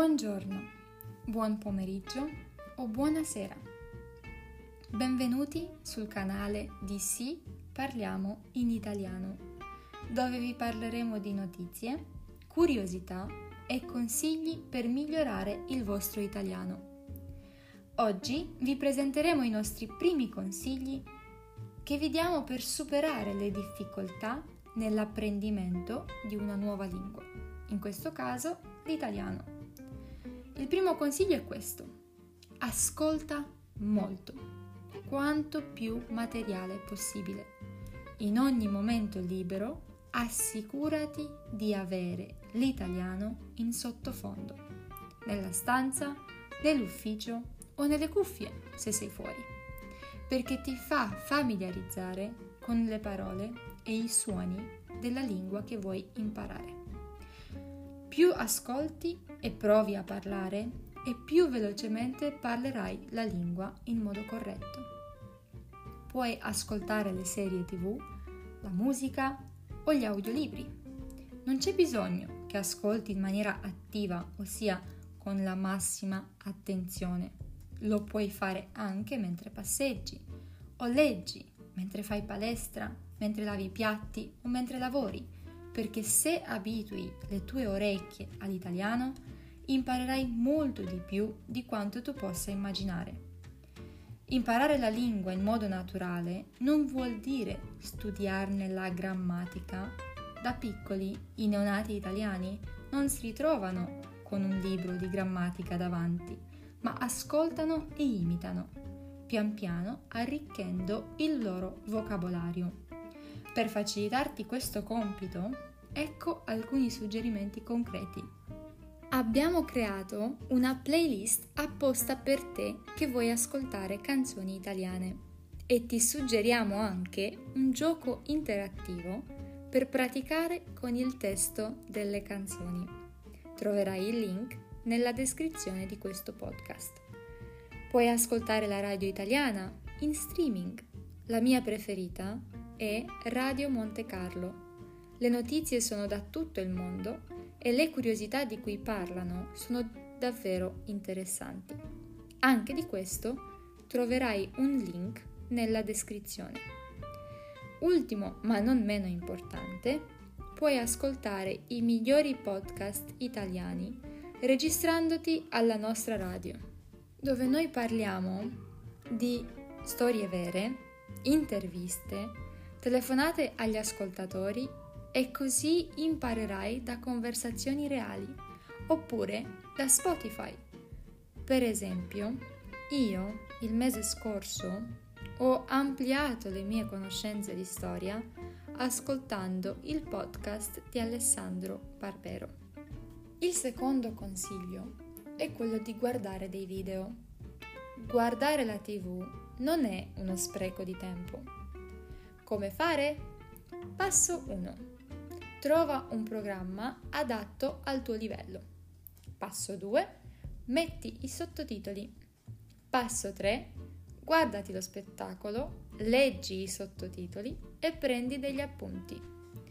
Buongiorno, buon pomeriggio o buonasera. Benvenuti sul canale di Sì, parliamo in italiano, dove vi parleremo di notizie, curiosità e consigli per migliorare il vostro italiano. Oggi vi presenteremo i nostri primi consigli che vi diamo per superare le difficoltà nell'apprendimento di una nuova lingua, in questo caso l'italiano. Il primo consiglio è questo: ascolta molto, quanto più materiale possibile. In ogni momento libero assicurati di avere l'italiano in sottofondo, nella stanza, nell'ufficio o nelle cuffie se sei fuori, perché ti fa familiarizzare con le parole e i suoni della lingua che vuoi imparare. Più ascolti e provi a parlare e più velocemente parlerai la lingua in modo corretto. Puoi ascoltare le serie TV, la musica o gli audiolibri. Non c'è bisogno che ascolti in maniera attiva, ossia con la massima attenzione. Lo puoi fare anche mentre passeggi o leggi, mentre fai palestra, mentre lavi i piatti o mentre lavori, perché se abitui le tue orecchie all'italiano, imparerai molto di più di quanto tu possa immaginare. Imparare la lingua in modo naturale non vuol dire studiarne la grammatica. Da piccoli i neonati italiani non si ritrovano con un libro di grammatica davanti, ma ascoltano e imitano, pian piano arricchendo il loro vocabolario. Per facilitarti questo compito, ecco alcuni suggerimenti concreti. Abbiamo creato una playlist apposta per te che vuoi ascoltare canzoni italiane e ti suggeriamo anche un gioco interattivo per praticare con il testo delle canzoni. Troverai il link nella descrizione di questo podcast. Puoi ascoltare la radio italiana in streaming. La mia preferita è Radio Monte Carlo. Le notizie sono da tutto il mondo e le curiosità di cui parlano sono davvero interessanti. Anche di questo troverai un link nella descrizione. Ultimo, ma non meno importante, puoi ascoltare i migliori podcast italiani registrandoti alla nostra radio, dove noi parliamo di storie vere, interviste, telefonate agli ascoltatori e così imparerai da conversazioni reali, oppure da Spotify. Per esempio, io il mese scorso ho ampliato le mie conoscenze di storia ascoltando il podcast di Alessandro Barbero. Il secondo consiglio è quello di guardare dei video. Guardare la TV non è uno spreco di tempo. Come fare? Passo 1. Trova un programma adatto al tuo livello. Passo 2. Metti i sottotitoli. Passo 3. Guardati lo spettacolo, leggi i sottotitoli e prendi degli appunti.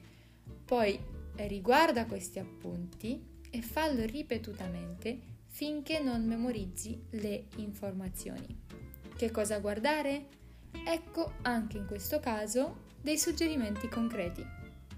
Poi riguarda questi appunti e fallo ripetutamente finché non memorizzi le informazioni. Che cosa guardare? Ecco anche in questo caso dei suggerimenti concreti.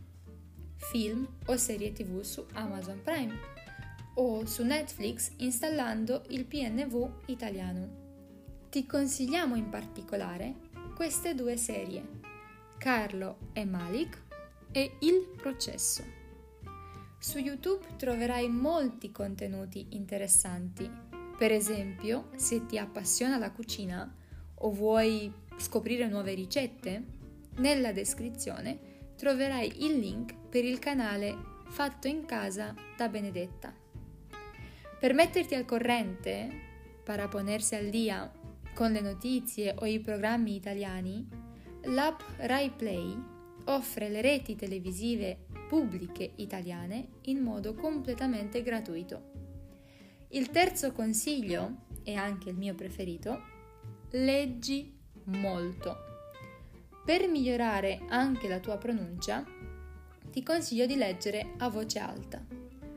Film o serie TV su Amazon Prime o su Netflix installando il PNV italiano. Ti consigliamo in particolare queste due serie, Carlo e Malik e Il Processo. Su YouTube troverai molti contenuti interessanti. Per esempio, se ti appassiona la cucina o vuoi scoprire nuove ricette, nella descrizione troverai il link per il canale Fatto in Casa da Benedetta. Per metterti al corrente, para ponerse al día con le notizie o i programmi italiani, l'app Rai Play offre le reti televisive pubbliche italiane in modo completamente gratuito. Il terzo consiglio, e anche il mio preferito, leggi molto. Per migliorare anche la tua pronuncia, ti consiglio di leggere a voce alta.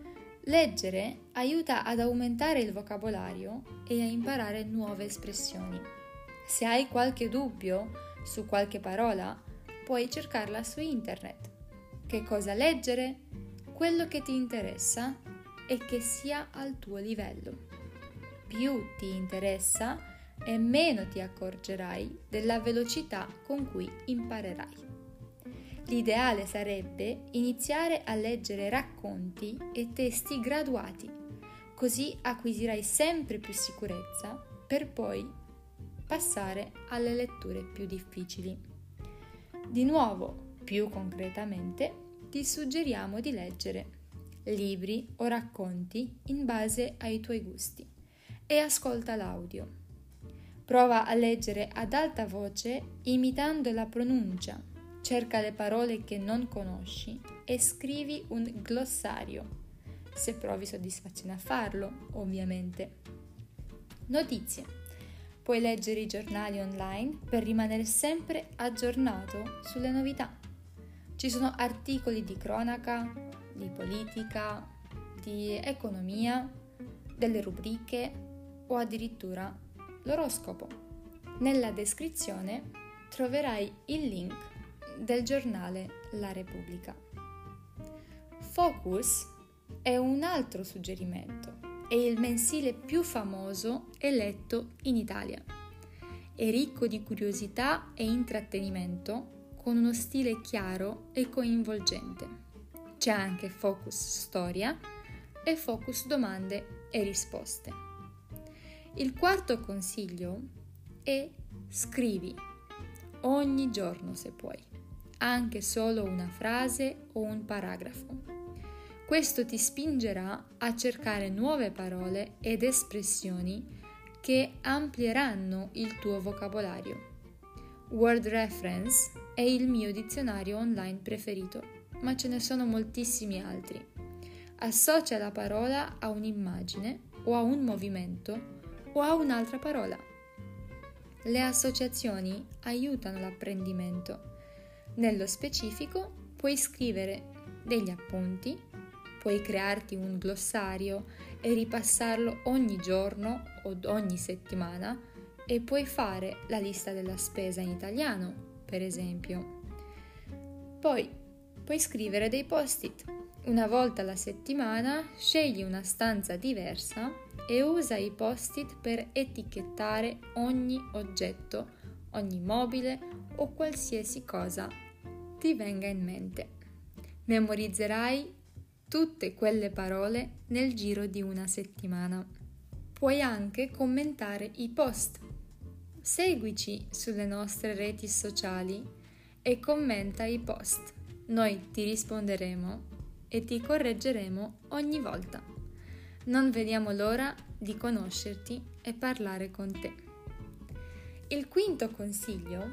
Leggere aiuta ad aumentare il vocabolario e a imparare nuove espressioni. Se hai qualche dubbio su qualche parola, puoi cercarla su internet. Che cosa leggere? Quello che ti interessa e che sia al tuo livello. Più ti interessa e meno ti accorgerai della velocità con cui imparerai. L'ideale sarebbe iniziare a leggere racconti e testi graduati, così acquisirai sempre più sicurezza per poi passare alle letture più difficili. Di nuovo, più concretamente, ti suggeriamo di leggere libri o racconti in base ai tuoi gusti e ascolta l'audio. Prova a leggere ad alta voce imitando la pronuncia. Cerca le parole che non conosci e scrivi un glossario, se provi soddisfazione a farlo, ovviamente. Notizie. Puoi leggere i giornali online per rimanere sempre aggiornato sulle novità. Ci sono articoli di cronaca, di politica, di economia, delle rubriche o addirittura l'oroscopo. Nella descrizione troverai il link del giornale La Repubblica. Focus è un altro suggerimento. È il mensile più famoso e letto in Italia. È ricco di curiosità e intrattenimento, con uno stile chiaro e coinvolgente. C'è anche Focus Storia e Focus Domande e Risposte. Il quarto consiglio è scrivi ogni giorno se puoi, anche solo una frase o un paragrafo. Questo ti spingerà a cercare nuove parole ed espressioni che amplieranno il tuo vocabolario. Word Reference è il mio dizionario online preferito, ma ce ne sono moltissimi altri. Associa la parola a un'immagine o a un movimento o a un'altra parola. Le associazioni aiutano l'apprendimento. Nello specifico, puoi scrivere degli appunti, puoi crearti un glossario e ripassarlo ogni giorno o ogni settimana e puoi fare la lista della spesa in italiano, per esempio. Poi puoi scrivere dei post-it. Una volta alla settimana scegli una stanza diversa e usa i post-it per etichettare ogni oggetto, ogni mobile o qualsiasi cosa ti venga in mente. Memorizzerai tutte quelle parole nel giro di una settimana. Puoi anche commentare i post. Seguici sulle nostre reti sociali e commenta i post. Noi ti risponderemo e ti correggeremo ogni volta. Non vediamo l'ora di conoscerti e parlare con te. Il quinto consiglio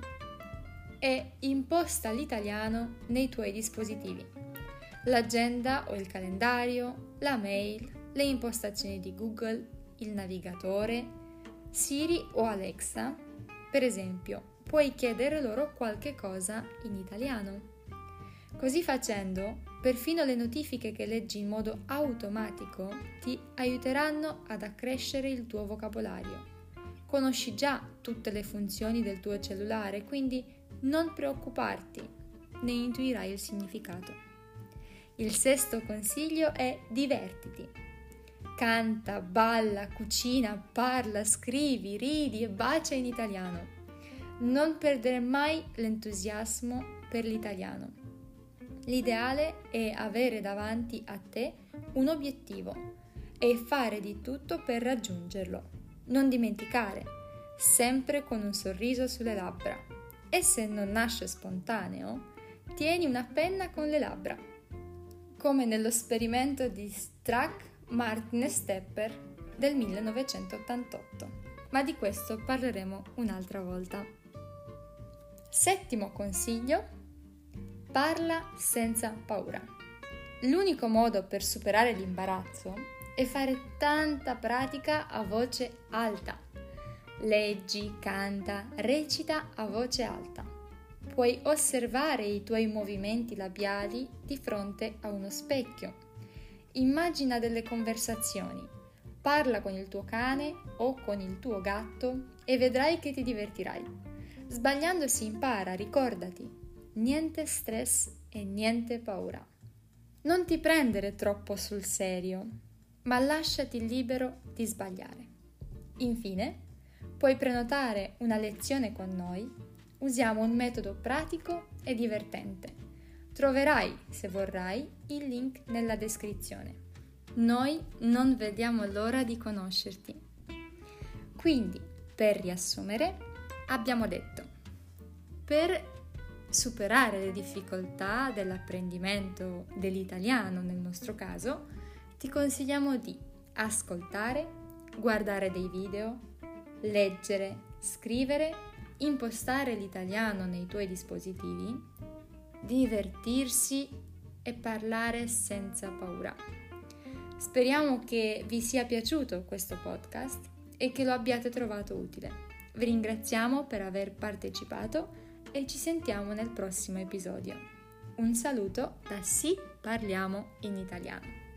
è imposta l'italiano nei tuoi dispositivi. L'agenda o il calendario, la mail, le impostazioni di Google, il navigatore, Siri o Alexa. Per esempio, puoi chiedere loro qualche cosa in italiano. Così facendo, perfino le notifiche che leggi in modo automatico ti aiuteranno ad accrescere il tuo vocabolario. Conosci già tutte le funzioni del tuo cellulare, quindi non preoccuparti, ne intuirai il significato. Il sesto consiglio è divertiti. Canta, balla, cucina, parla, scrivi, ridi e bacia in italiano. Non perdere mai l'entusiasmo per l'italiano. L'ideale è avere davanti a te un obiettivo e fare di tutto per raggiungerlo. Non dimenticare, sempre con un sorriso sulle labbra. E se non nasce spontaneo, tieni una penna con le labbra, come nello esperimento di Strack, Martin e Stepper del 1988. Ma di questo parleremo un'altra volta. Settimo consiglio: parla senza paura. L'unico modo per superare l'imbarazzo è fare tanta pratica a voce alta. Leggi, canta, recita a voce alta. Puoi osservare i tuoi movimenti labiali di fronte a uno specchio. Immagina delle conversazioni, parla con il tuo cane o con il tuo gatto e vedrai che ti divertirai. Sbagliando si impara, ricordati, niente stress e niente paura. Non ti prendere troppo sul serio, ma lasciati libero di sbagliare. Infine, puoi prenotare una lezione con noi. Usiamo un metodo pratico e divertente. Troverai, se vorrai, il link nella descrizione. Noi non vediamo l'ora di conoscerti. Quindi, per riassumere, abbiamo detto: per superare le difficoltà dell'apprendimento dell'italiano nel nostro caso, ti consigliamo di ascoltare, guardare dei video, leggere, scrivere, impostare l'italiano nei tuoi dispositivi, divertirsi e parlare senza paura. Speriamo che vi sia piaciuto questo podcast e che lo abbiate trovato utile. Vi ringraziamo per aver partecipato e ci sentiamo nel prossimo episodio. Un saluto da Sì, parliamo in italiano.